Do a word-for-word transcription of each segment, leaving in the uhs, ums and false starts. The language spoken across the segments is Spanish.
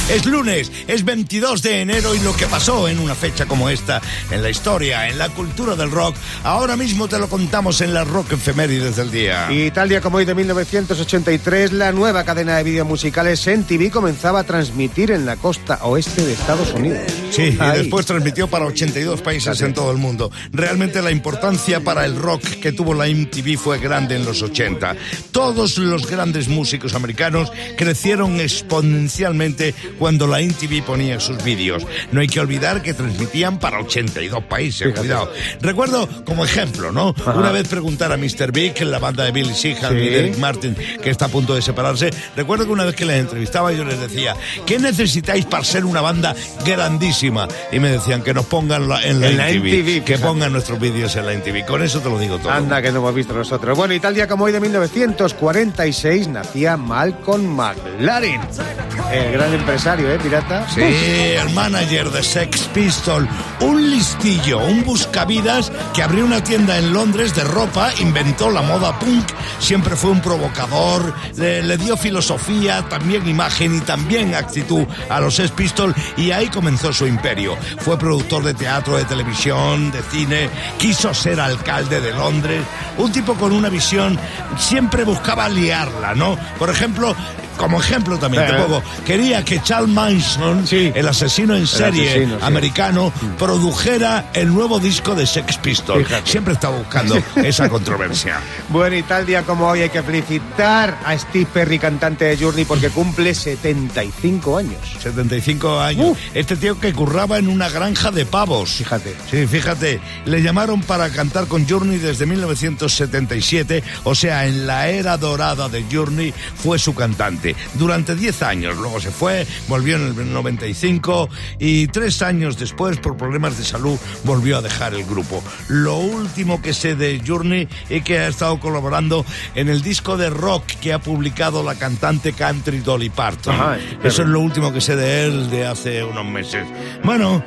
Es lunes, es veintidós de enero y lo que pasó en una fecha como esta, en la historia, en la cultura del rock, ahora mismo te lo contamos en la Rock Efemérides del día. Y tal día como hoy de mil novecientos ochenta y tres, la nueva cadena de vídeos musicales M T V comenzaba a transmitir en la costa oeste de Estados Unidos. Sí, Ahí. y después transmitió para ochenta y dos países Así. en todo el mundo. Realmente la importancia para el rock que tuvo la M T V fue grande en los ochenta. Todos los grandes músicos americanos crecieron exponencialmente cuando la M T V ponía sus vídeos. No hay que olvidar que transmitían para ochenta y dos países, Fíjate. cuidado. Recuerdo, como ejemplo, ¿no? Ajá. Una vez preguntar a mister Big, la banda de Billy Sheehan Sí. y Derek Martin, que está a punto de separarse, recuerdo que una vez que les entrevistaba yo les decía, ¿qué necesitáis para ser una banda grandísima? Y me decían que nos pongan la- en la, En la M T V, M T V, que fíjate. pongan nuestros vídeos en la M T V. Con eso te lo digo todo. Anda, que no hemos visto nosotros. Bueno, y tal día como hoy de mil novecientos cuarenta y seis nacía Malcolm McLaren. El gran empresario, ¿eh, pirata? Sí, el manager de Sex Pistols, un listillo, un buscavidas que abrió una tienda en Londres de ropa, inventó la moda punk, siempre fue un provocador, le, le dio filosofía, también imagen y también actitud a los Sex Pistols y ahí comenzó su imperio. Fue productor de teatro, de televisión, de cine, quiso ser alcalde de Londres, un tipo con una visión, siempre buscaba liarla, ¿no? Por ejemplo, como ejemplo también te Eh. pongo, quería que Charles Manson, Sí. el asesino en serie asesino, sí. americano, produjera el nuevo disco de Sex Pistols. Fíjate. Siempre está buscando esa controversia. Bueno, y tal día como hoy hay que felicitar a Steve Perry, cantante de Journey, porque cumple setenta y cinco años. setenta y cinco años. Uh. Este tío que curraba en una granja de pavos. Fíjate. Sí, fíjate. Le llamaron para cantar con Journey desde mil novecientos setenta y siete, o sea, en la era dorada de Journey fue su cantante. Durante diez años, luego se fue, volvió en el noventa y cinco y tres años después, por problemas de salud, volvió a dejar el grupo. Lo último que sé de Journey es que ha estado colaborando en el disco de rock que ha publicado la cantante country Dolly Parton. Ajá, Eso es lo último que sé de él de hace unos meses. Bueno,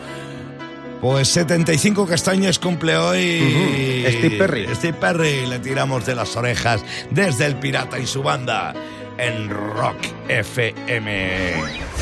pues setenta y cinco castañas cumple hoy. Ujú. Steve Perry. Steve Perry, le tiramos de las orejas desde El Pirata y su banda en Rock F M.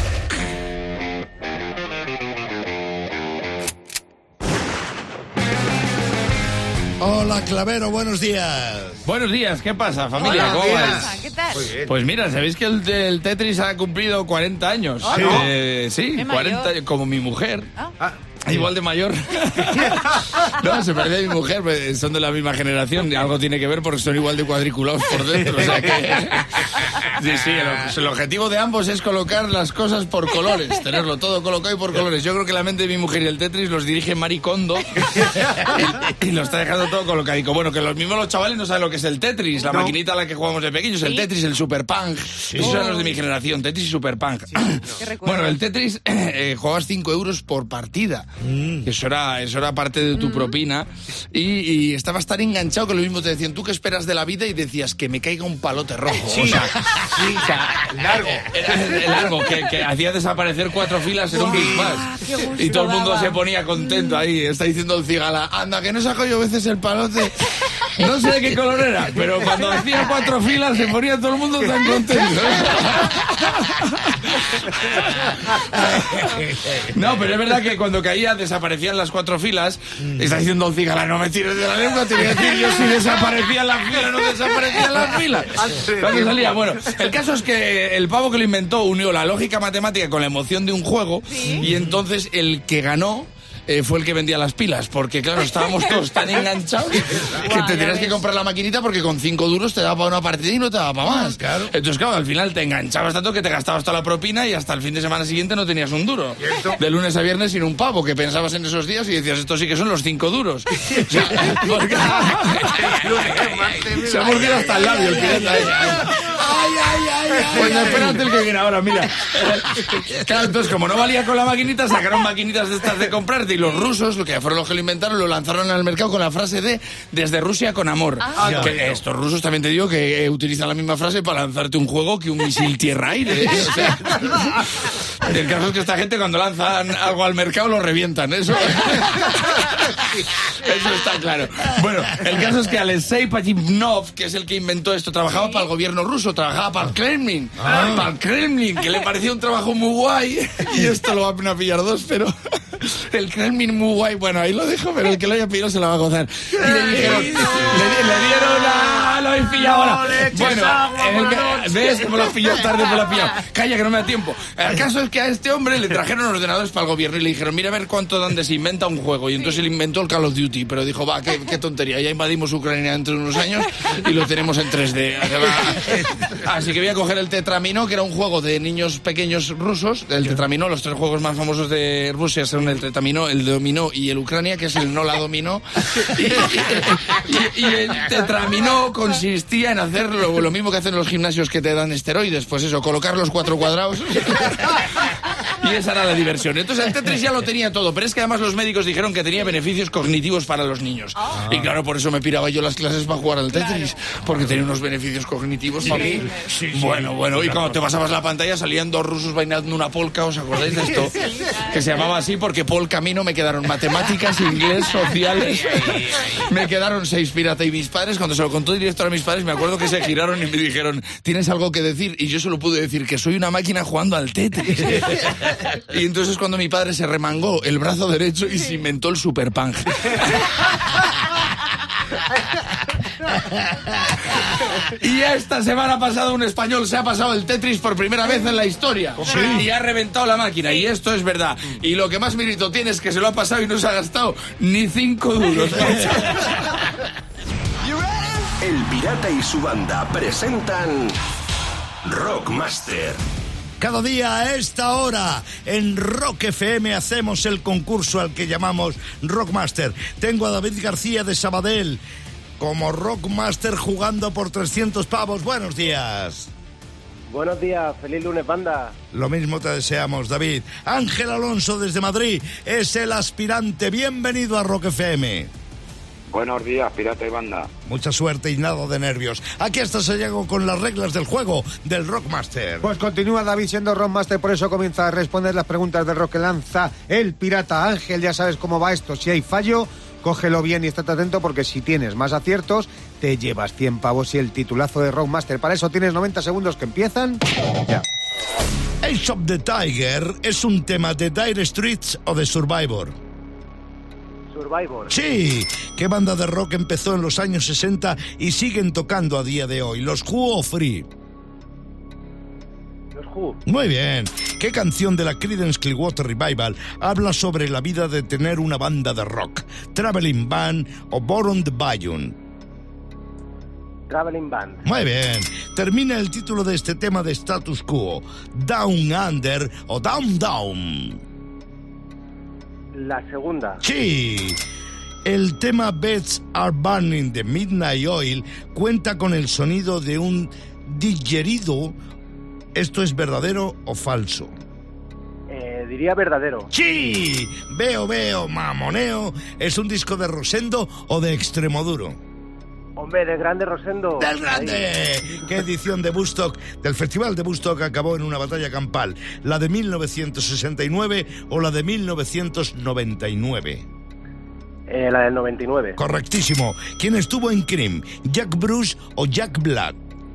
Hola, Clavero, buenos días. Buenos días, ¿qué pasa, familia? Hola, ¿Cómo días. vais? ¿Qué tal? Muy bien. Pues mira, ¿sabéis que el, el Tetris ha cumplido cuarenta años? Oh, ¿no? Eh, sí, Qué cuarenta, mayor. como mi mujer. Ah. Ah, Igual de mayor. No, se parecía a mi mujer, pues, son de la misma generación. Algo tiene que ver porque son igual de cuadriculados por dentro. O sea que... Sí, sí, el, el objetivo de ambos es colocar las cosas por colores, tenerlo todo colocado y por colores. Yo creo que la mente de mi mujer y el Tetris los dirige Maricondo y, y lo está dejando todo colocadico. Bueno, que los mismos los chavales no saben lo que es el Tetris, la No. maquinita a la que jugamos de pequeños, el Sí. Tetris, el Super Punk. Esos son los de mi generación, Tetris y Super Punk. Qué recuerdo. Bueno, el Tetris eh, jugabas cinco euros por partida. Mm. Eso era, eso era parte de tu propina. Y, y estabas tan enganchado que lo mismo te decían, ¿tú qué esperas de la vida? Y decías, que me caiga un palote rojo. Sí, O sea, sí, o sea, largo. era el, el largo, que, que hacía desaparecer cuatro filas en un Big Bass. qué gusto Y todo el mundo daba. se ponía contento ahí. Está diciendo el cigala, anda, que no saco yo veces el palote. No sé de qué color era, pero cuando hacía cuatro filas se ponía todo el mundo tan contento. No, pero es verdad que cuando caía desaparecían las cuatro filas. Está diciendo el cigala, no me tires de la lengua, te voy a decir yo si desaparecía la fila, no desaparecía la fila. ¿Dónde salía? Bueno, el caso es que el pavo que lo inventó unió la lógica matemática con la emoción de un juego y entonces el que ganó eh, fue el que vendía las pilas, porque claro, estábamos todos tan enganchados que Guau, te ya tenías que ves. comprar la maquinita porque con cinco duros te daba para una partida y no te daba para más. Claro. Entonces, claro, al final te enganchabas tanto que te gastabas toda la propina y hasta el fin de semana siguiente no tenías un duro. Cierto. De lunes a viernes sin un pavo, que pensabas en esos días y decías, estos sí que son los cinco duros. O sea, porque... Se ha mordido hasta el labio el pirata. ¿eh? Ay, ay, ay, ay. Pues espérate el que viene ahora, mira. Claro, entonces, como no valía con la maquinita, sacaron maquinitas de estas de comprarte y los rusos, lo que fueron los que lo inventaron, lo lanzaron al mercado con la frase de desde Rusia con amor. Ah. Que estos rusos también te digo que eh, utilizan la misma frase para lanzarte un juego que un misil tierra-aire. ¿eh? O sea, El caso es que esta gente cuando lanzan algo al mercado lo revientan, eso... Eso está claro. Bueno, el caso es que Alexei Pajitnov, que es el que inventó esto, trabajaba para el gobierno ruso, trabajaba para el Kremlin, ah. para el Kremlin, que le parecía un trabajo muy guay, y esto lo van a pillar dos, pero... El Kremlin muy guay, bueno, ahí lo dejo, pero el que lo haya pillado se lo va a gozar. Y le dijeron, le, le dieron la... Lo he pillado ahora. Bueno, el que, ¿ves cómo lo has pillado tarde? Pues lo has pillado. Calla, que no me da tiempo. El caso es que a este hombre le trajeron ordenadores para el gobierno y le dijeron, mira a ver cuánto dan de se inventa un juego. Y entonces él inventó el Call of Duty, pero dijo, va, qué, qué tontería, ya invadimos Ucrania dentro de unos años y lo tenemos en tres D. Así que voy a coger el Tetramino, que era un juego de niños pequeños rusos. El Tetramino, los tres juegos más famosos de Rusia son el Tetramino, el Dominó y el Ucrania, que es el no la dominó. Y, y, y, y el Tetramino consistía en hacer lo, lo mismo que hacen los gimnasios que te dan esteroides, pues eso, colocar los cuatro cuadrados. Y esa era la diversión. Entonces el Tetris ya lo tenía todo, pero es que además los médicos dijeron que tenía beneficios cognitivos para los niños. Ah. Y claro, por eso me piraba yo las clases para jugar al Tetris, porque tenía unos beneficios cognitivos para mí. Sí, sí, bueno, bueno, y cuando te pasabas la pantalla salían dos rusos bailando una polka, ¿os acordáis de esto? Que se llamaba así porque polka a mí no me quedaron matemáticas, inglés, sociales. Me quedaron seis pirata y mis padres, cuando se lo contó directo a mis padres, me acuerdo que se giraron y me dijeron, ¿tienes algo que decir? Y yo solo pude decir que soy una máquina jugando al Tetris. Y entonces cuando mi padre se remangó el brazo derecho y se inventó el Super Punk. Y esta semana pasada un español se ha pasado el Tetris por primera vez en la historia. Sí. Y ha reventado la máquina. Y esto es verdad. Y lo que más mérito tiene es que se lo ha pasado y no se ha gastado ni cinco duros. El Pirata y su banda presentan Rockmaster. Cada día a esta hora en Rock F M hacemos el concurso al que llamamos Rockmaster. Tengo a David García de Sabadell como Rockmaster jugando por trescientos pavos. Buenos días. Buenos días, feliz lunes, banda. Lo mismo te deseamos, David. Ángel Alonso desde Madrid es el aspirante. Bienvenido a Rock F M. Buenos días, pirata y banda. Mucha suerte y nada de nervios. Aquí está Sayago con las reglas del juego del Rockmaster. Pues continúa David siendo Rockmaster, por eso comienza a responder las preguntas del rock que lanza el pirata. Ángel, ya sabes cómo va esto. Si hay fallo, cógelo bien y estate atento, porque si tienes más aciertos, te llevas cien pavos y el titulazo de Rockmaster. Para eso tienes noventa segundos que empiezan ya. Age of the Tiger es un tema de Dire Straits o de Survivor. Survivor. Sí, ¿qué banda de rock empezó en los años sesenta y siguen tocando a día de hoy? ¿Los Who o Free? Los Who. Muy bien. ¿Qué canción de la Creedence Clearwater Revival habla sobre la vida de tener una banda de rock? ¿Traveling Band o Born on the Bayou? Traveling Band. Muy bien. Termina el título de este tema de Status Quo. ¿Down Under o Down Down? La segunda. Sí. El tema Beds Are Burning de Midnight Oil cuenta con el sonido de un digerido. ¿Esto es verdadero o falso? Eh, diría verdadero. Sí. Veo, veo, mamoneo. ¿Es un disco de Rosendo o de Extremoduro? Hombre, del grande Rosendo. ¡Del grande! Ahí. ¿Qué edición de Woodstock, del Festival de Woodstock, acabó en una batalla campal? ¿La de mil novecientos sesenta y nueve o la de mil novecientos noventa y nueve? Eh, la del noventa y nueve. Correctísimo. ¿Quién estuvo en Cream? ¿Jack Bruce o Jack Black?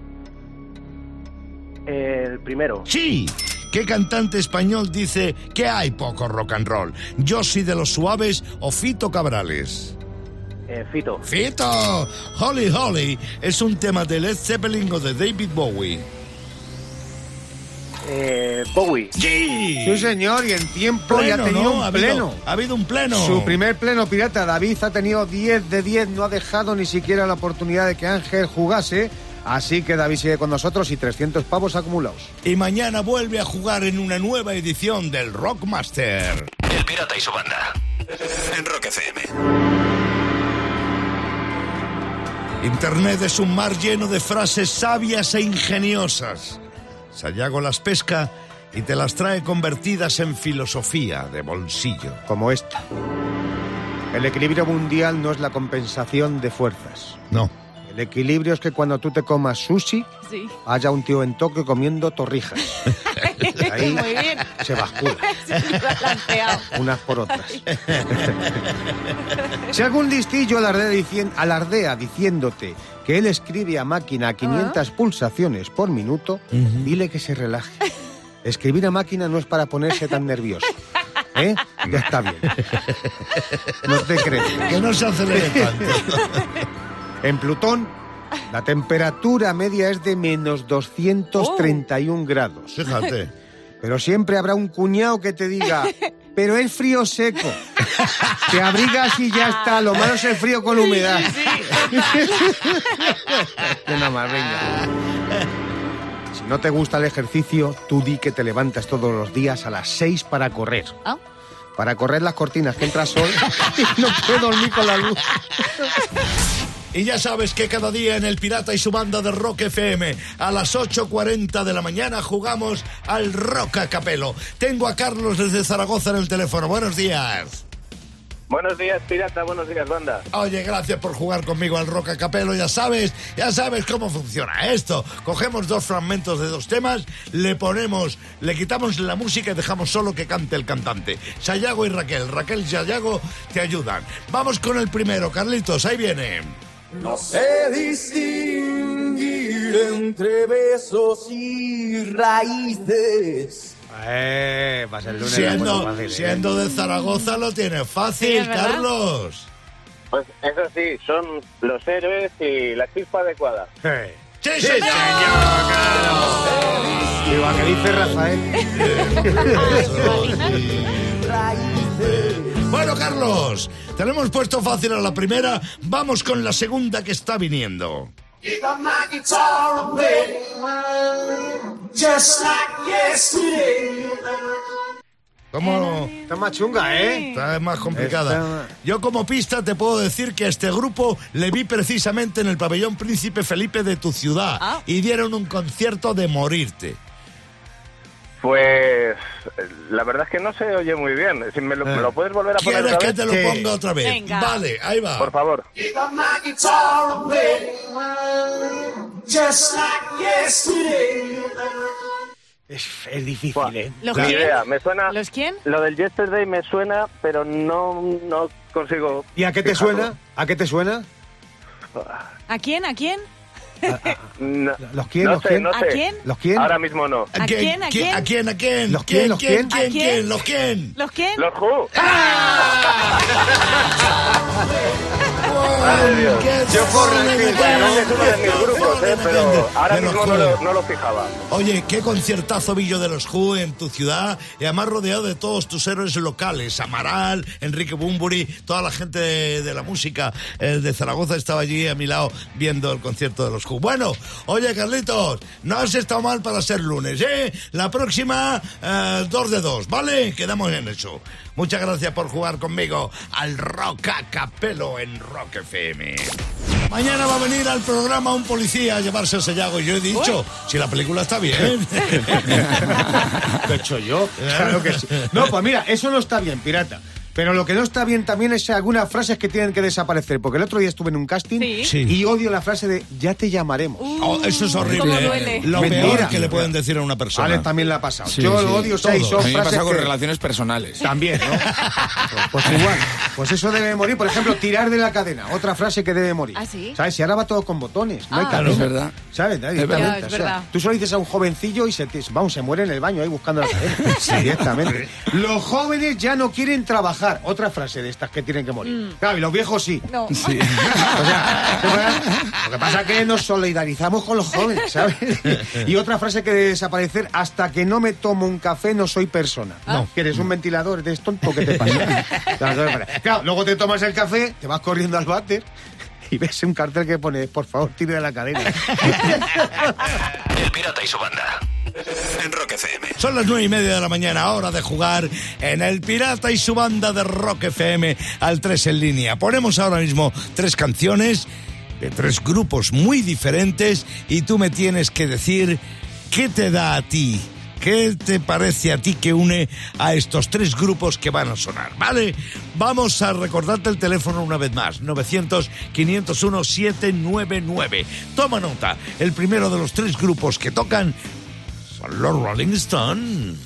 Eh, el primero. Sí. ¿Qué cantante español dice que hay poco rock and roll? ¿Josie de los Suaves o Fito Cabrales? Eh, Fito. ¡Fito! Holly Holly es un tema de Led Zeppelin o de David Bowie. Eh, Bowie. ¡Sí! Sí, señor, y en tiempo pleno, ya ha tenido ¿no? un ha pleno. Habido, ha habido un pleno. Su primer pleno, pirata. David ha tenido diez de diez, no ha dejado ni siquiera la oportunidad de que Ángel jugase. Así que David sigue con nosotros y trescientos pavos acumulados. Y mañana vuelve a jugar en una nueva edición del Rockmaster. El pirata y su banda. En Rock F M. Internet es un mar lleno de frases sabias e ingeniosas. Sayago las pesca y te las trae convertidas en filosofía de bolsillo. Como esta. El equilibrio mundial no es la compensación de fuerzas. No. El equilibrio es que cuando tú te comas sushi, sí, haya un tío en Tokio comiendo torrijas. Ahí Muy bien. se bascula. Sí, lo has balanceado. Unas por otras. Si algún listillo alardea, dicien- alardea diciéndote que él escribe a máquina a quinientas pulsaciones por minuto, dile que se relaje. Escribir a máquina no es para ponerse tan nervioso. ¿Eh? Ya está bien. No te crees. Que no se acelere tanto. En Plutón, la temperatura media es de menos doscientos treinta y un grados. Fíjate. Pero siempre habrá un cuñado que te diga, pero es frío seco. Te abrigas y ya está. Lo malo es el frío con humedad. Nada más, venga. Si no te gusta el ejercicio, tú di que te levantas todos los días a las seis para correr. ¿Ah? Para correr las cortinas, que entra sol y no puedo dormir con la luz. Y ya sabes que cada día en El Pirata y su banda de Rock F M a las ocho cuarenta de la mañana jugamos al Rock a Capelo. Tengo a Carlos desde Zaragoza en el teléfono. Buenos días. Buenos días, pirata, buenos días, banda. Oye, gracias por jugar conmigo al Rock a Capelo. Ya sabes, ya sabes cómo funciona esto. Cogemos dos fragmentos de dos temas, le ponemos, le quitamos la música y dejamos solo que cante el cantante. Sayago y Raquel. Raquel y Sayago te ayudan. Vamos con el primero, Carlitos, ahí viene. No sé distinguir entre besos y raíces. Eh, va a ser el lunes. Siendo, bueno, fácil, ¿eh? siendo de Zaragoza lo tienes fácil, Sí, es verdad. Carlos. Pues eso sí, son los héroes y la chispa adecuada. Eh. ¡Sí, ¡Sí, señor! Igual que dice Rafael. Bueno, Carlos, te lo hemos puesto fácil a la primera. Vamos con la segunda que está viniendo. Pick up my guitar and play, just like yesterday. ¿Cómo? Está más chunga, ¿eh? Está más complicada. Está- Yo como pista te puedo decir que a este grupo le vi precisamente en el pabellón Príncipe Felipe de tu ciudad Ah. y dieron un concierto de morirte. Pues la verdad es que no se oye muy bien. Si me lo, me lo puedes volver a poner ¿Quieres otra que vez? te lo Sí. ponga otra vez? Venga. Vale, ahí va. Por favor. Pick up my guitar and play, just like yesterday. Es, es difícil, Buah. ¿eh? ¿Los Ni quién? idea, me suena... ¿Los quién? Lo del Yesterday me suena, pero no, no consigo... ¿Y a qué te fijarlo. suena? ¿A qué te suena? ¿A quién? ¿A quién? No, ¿Los quién? no ¿Los sé, quién? no ¿A sé. quién? ¿Los quién? Ahora mismo no. ¿A quién? ¿A quién? ¿A quién? ¿A quién? ¿Los quién? ¿Los quién? ¿Quién? ¿A quién? ¿Quién? ¿Los quién? ¿Los quién? Los Who. Madre Dios. Yo por la que- Bueno, es uno de mis grupos, eh, pero ahora mismo no lo, no lo fijaba. Oye, qué conciertazo Villo de los Who en tu ciudad y además rodeado de todos tus héroes locales. Amaral, Enrique Bunbury, toda la gente de, de la música eh, de Zaragoza estaba allí a mi lado viendo el concierto de los Who. Bueno, oye Carlitos, no has estado mal para ser lunes, ¿eh? La próxima, eh, dos de dos, ¿vale? Quedamos en eso. Muchas gracias por jugar conmigo al Rock a Capelo en Rock F M. Mañana va a venir al programa un policía a llevarse a Sayago y yo he dicho, si la película está bien. ¿Lo he hecho yo? Claro que sí. No, pues mira, eso no está bien, pirata. Pero lo que no está bien también es algunas frases que tienen que desaparecer. Porque el otro día estuve en un casting Sí. Sí. y odio la frase de ya te llamaremos. Oh, eso es horrible. cómo ¿eh? duele. Lo Mentira. peor que le pueden decir a una persona. A Alex también le ha pasado. Sí, Yo sí. lo odio, seis Todo. son A mí me frases pasa con que- relaciones personales. También, ¿no? Pues, pues igual. Pues eso debe morir. Por ejemplo, tirar de la cadena. Otra frase que debe morir. ¿Ah, sí? ¿Sabes? Si ahora va todo con botones. No hay Ah. cadena. Es verdad. ¿Sabes? Directamente. verdad. Ya, es O sea, verdad. tú solo dices a un jovencillo y se, te, vamos, se muere en el baño ahí buscando la cadena. Directamente. Los jóvenes ya no quieren trabajar. Otra frase de estas que tienen que morir. Claro, y los viejos sí. No. Sí. O sea, ¿qué pasa? Lo que pasa es que nos solidarizamos con los jóvenes, ¿sabes? Y otra frase que debe desaparecer: hasta que no me tomo un café no soy persona. No, que eres un ventilador, eres tonto, ¿qué te pasa? Claro, luego te tomas el café, te vas corriendo al váter y ves un cartel que pone, por favor, tire de la cadena. El Pirata y su banda. En Rock F M. Son las nueve y media de la mañana, hora de jugar en El Pirata y su banda de Rock F M al tres en línea. Ponemos ahora mismo tres canciones de tres grupos muy diferentes y tú me tienes que decir qué te da a ti, qué te parece a ti que une a estos tres grupos que van a sonar, ¿vale? Vamos a recordarte el teléfono una vez más, novecientos, quinientos uno, setecientos noventa y nueve. Toma nota, el primero de los tres grupos que tocan Son los Rolling Stones.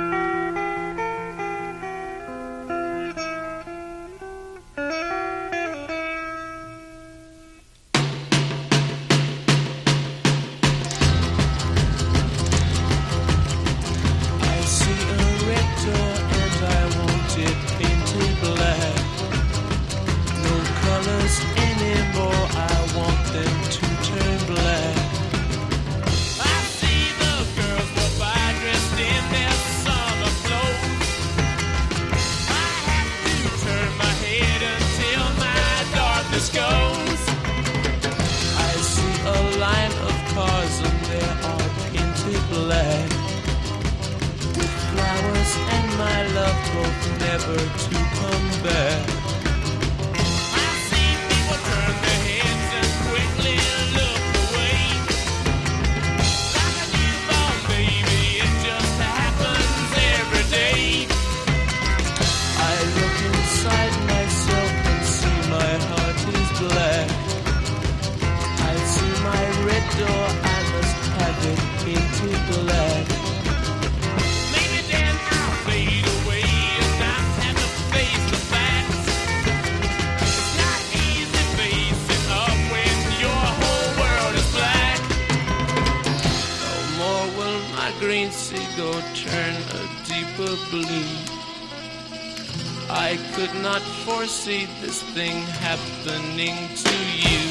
See this thing happening to you.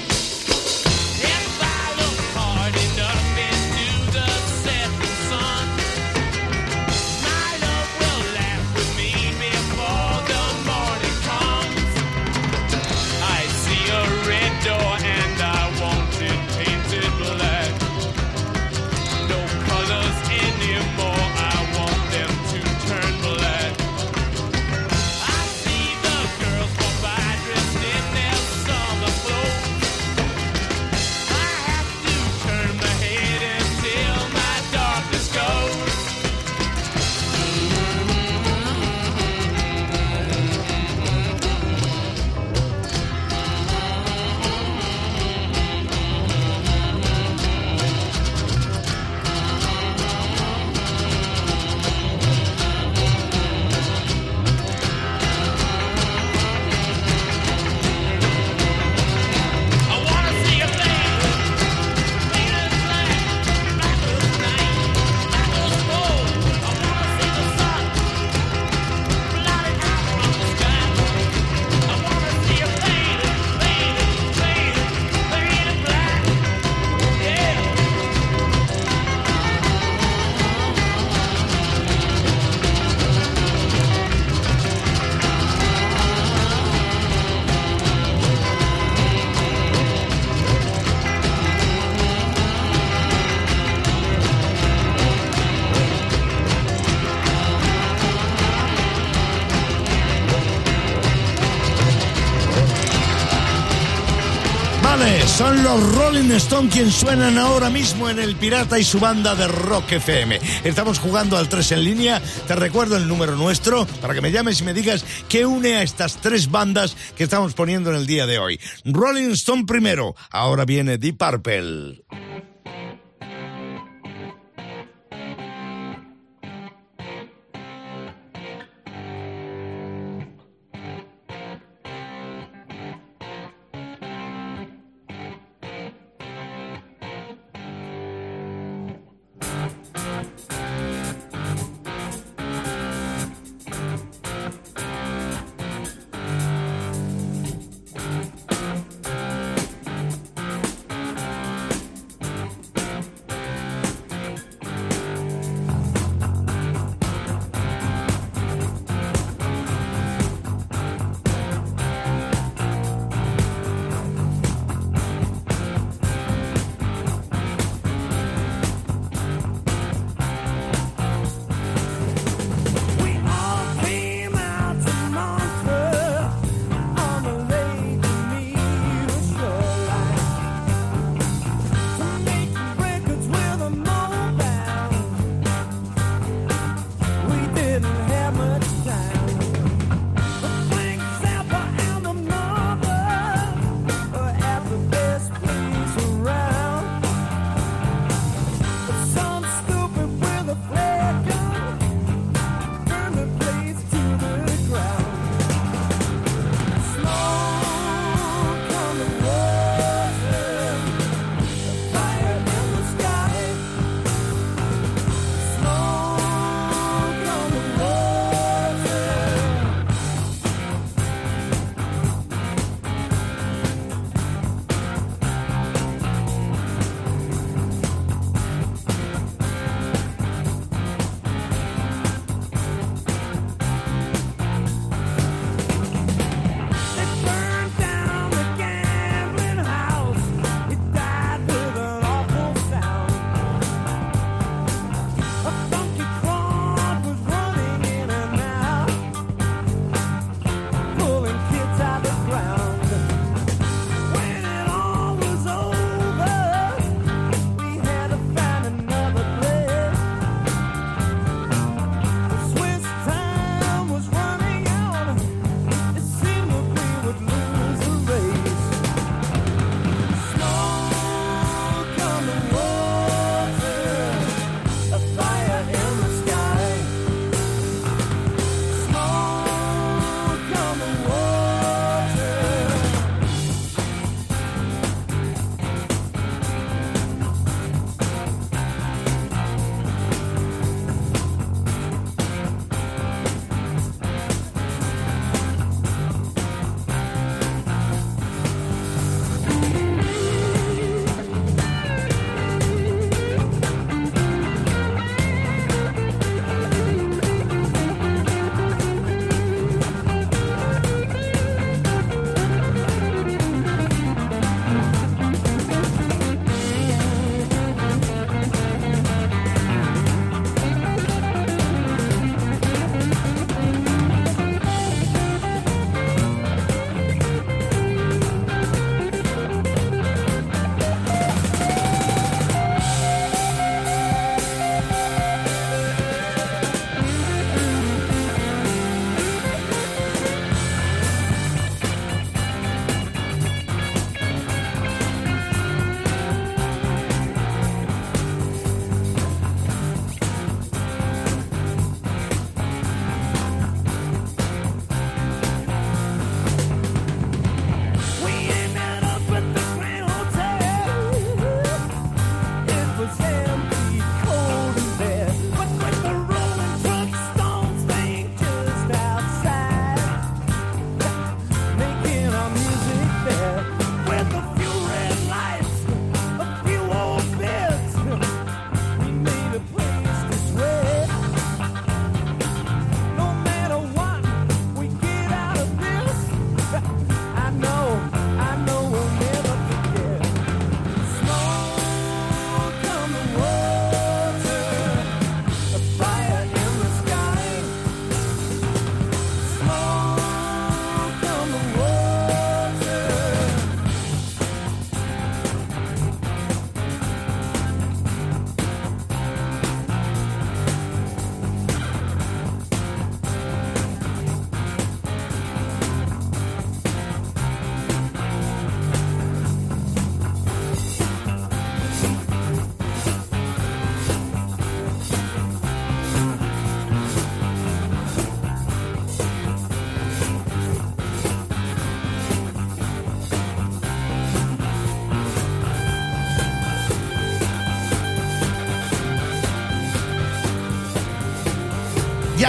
If I look hard enough into the setting sun, my love will laugh with me before the morning comes. I see a red door and I want it painted black. No colors anymore, I want them to turn black. Son los Rolling Stones quienes suenan ahora mismo en El Pirata y su banda de Rock F M. Estamos jugando al tres en línea. Te recuerdo el número nuestro para que me llames y me digas qué une a estas tres bandas que estamos poniendo en el día de hoy. Rolling Stone primero, ahora viene Deep Purple.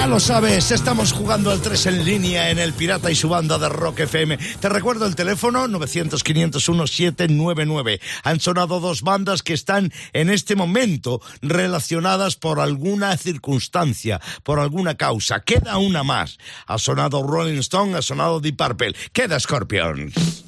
Ya lo sabes, estamos jugando al tres en línea en El Pirata y su banda de Rock F M. Te recuerdo el teléfono nueve cero cero, cinco cero uno, siete nueve nueve. Han sonado dos bandas que están en este momento relacionadas por alguna circunstancia, por alguna causa. Queda una más. Ha sonado Rolling Stone, ha sonado Deep Purple. Queda Scorpions.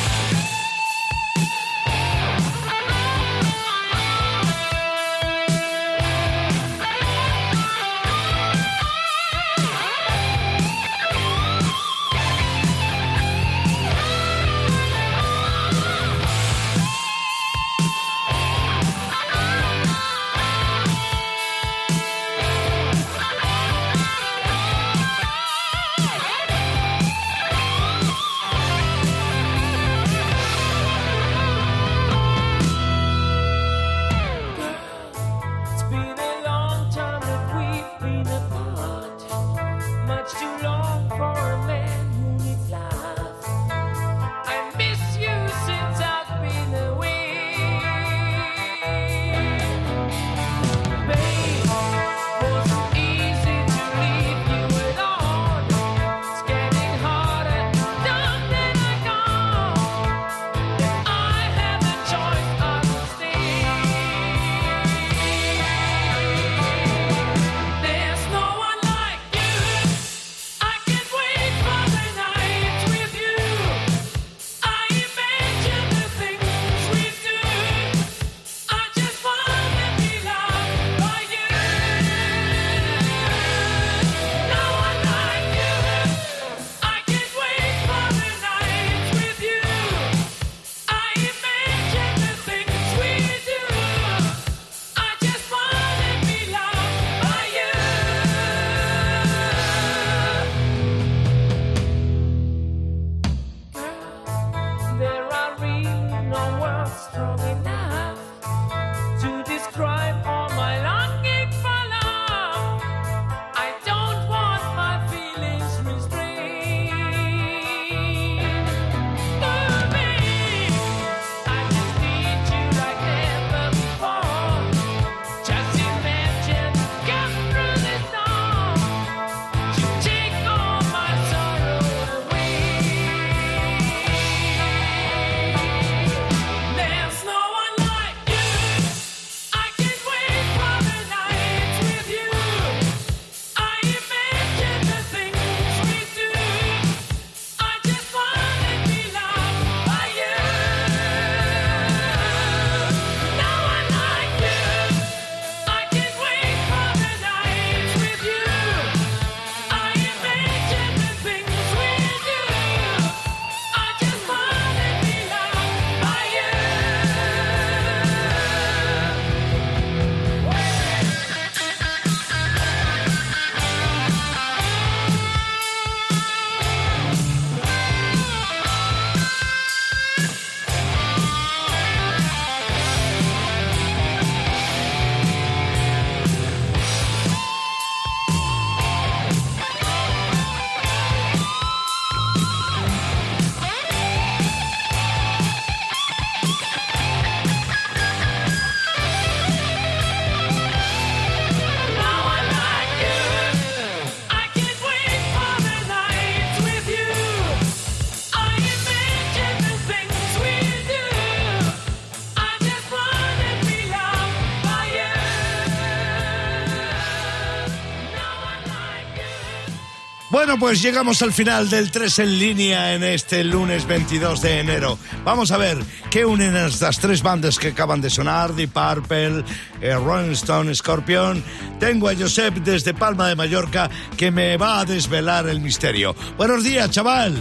Bueno, pues llegamos al final del tres en línea en este lunes veintidós de enero. Vamos a ver qué unen estas tres bandas que acaban de sonar, Deep Purple, eh, Rolling Stone, Scorpion. Tengo a Josep desde Palma de Mallorca que me va a desvelar el misterio. Buenos días, chaval.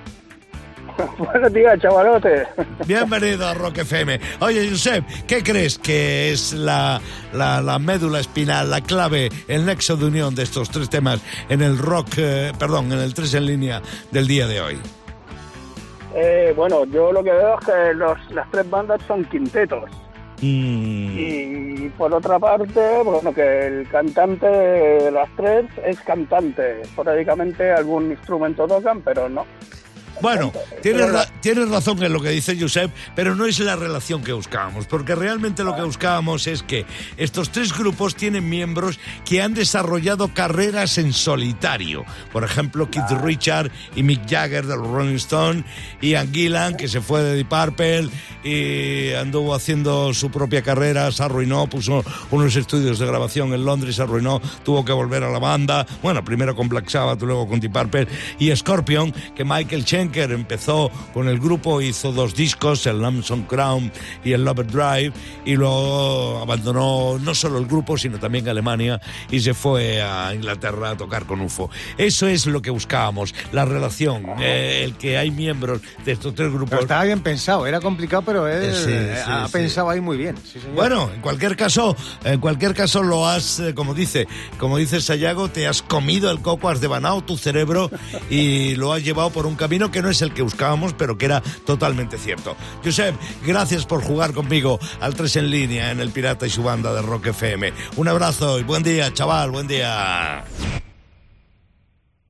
Buenos días, chavalote. Bienvenido a Rock F M. Oye, Josep, ¿qué crees que es la, la, la médula espinal, la clave, el nexo de unión de estos tres temas en el rock, eh, perdón, en el tres en línea del día de hoy? Eh, bueno, yo lo que veo es que los, las tres bandas son quintetos. Mm. Y por otra parte, bueno, que el cantante de las tres es cantante. Esporádicamente algún instrumento tocan, pero no. Bueno, tienes, ra- tienes razón en lo que dice Josep, pero no es la relación que buscábamos, porque realmente lo que buscábamos es que estos tres grupos tienen miembros que han desarrollado carreras en solitario. Por ejemplo, Keith Richards y Mick Jagger de los Rolling Stones, Ian Gillan, que se fue de Deep Purple y anduvo haciendo su propia carrera, se arruinó, puso unos estudios de grabación en Londres, se arruinó, tuvo que volver a la banda, bueno, primero con Black Sabbath, luego con Deep Purple, y Scorpion, que Michael Schenker empezó con el grupo, hizo dos discos, el Lonesome Crown y el Lover Drive, y luego abandonó no solo el grupo, sino también Alemania, y se fue a Inglaterra a tocar con U F O. Eso es lo que buscábamos, la relación, eh, el que hay miembros de estos tres grupos. Pero estaba bien pensado, era complicado, pero él Sí, eh, sí, ha sí. pensado ahí muy bien. Sí, señor. Bueno, en cualquier caso, en cualquier caso lo has, eh, como dice, como dice Sayago, te has comido el coco, has devanado tu cerebro y lo has llevado por un camino que no es el que buscábamos, pero que era totalmente cierto. Josep, gracias por jugar conmigo al tres en línea en El Pirata y su banda de Rock F M. Un abrazo y buen día, chaval, buen día.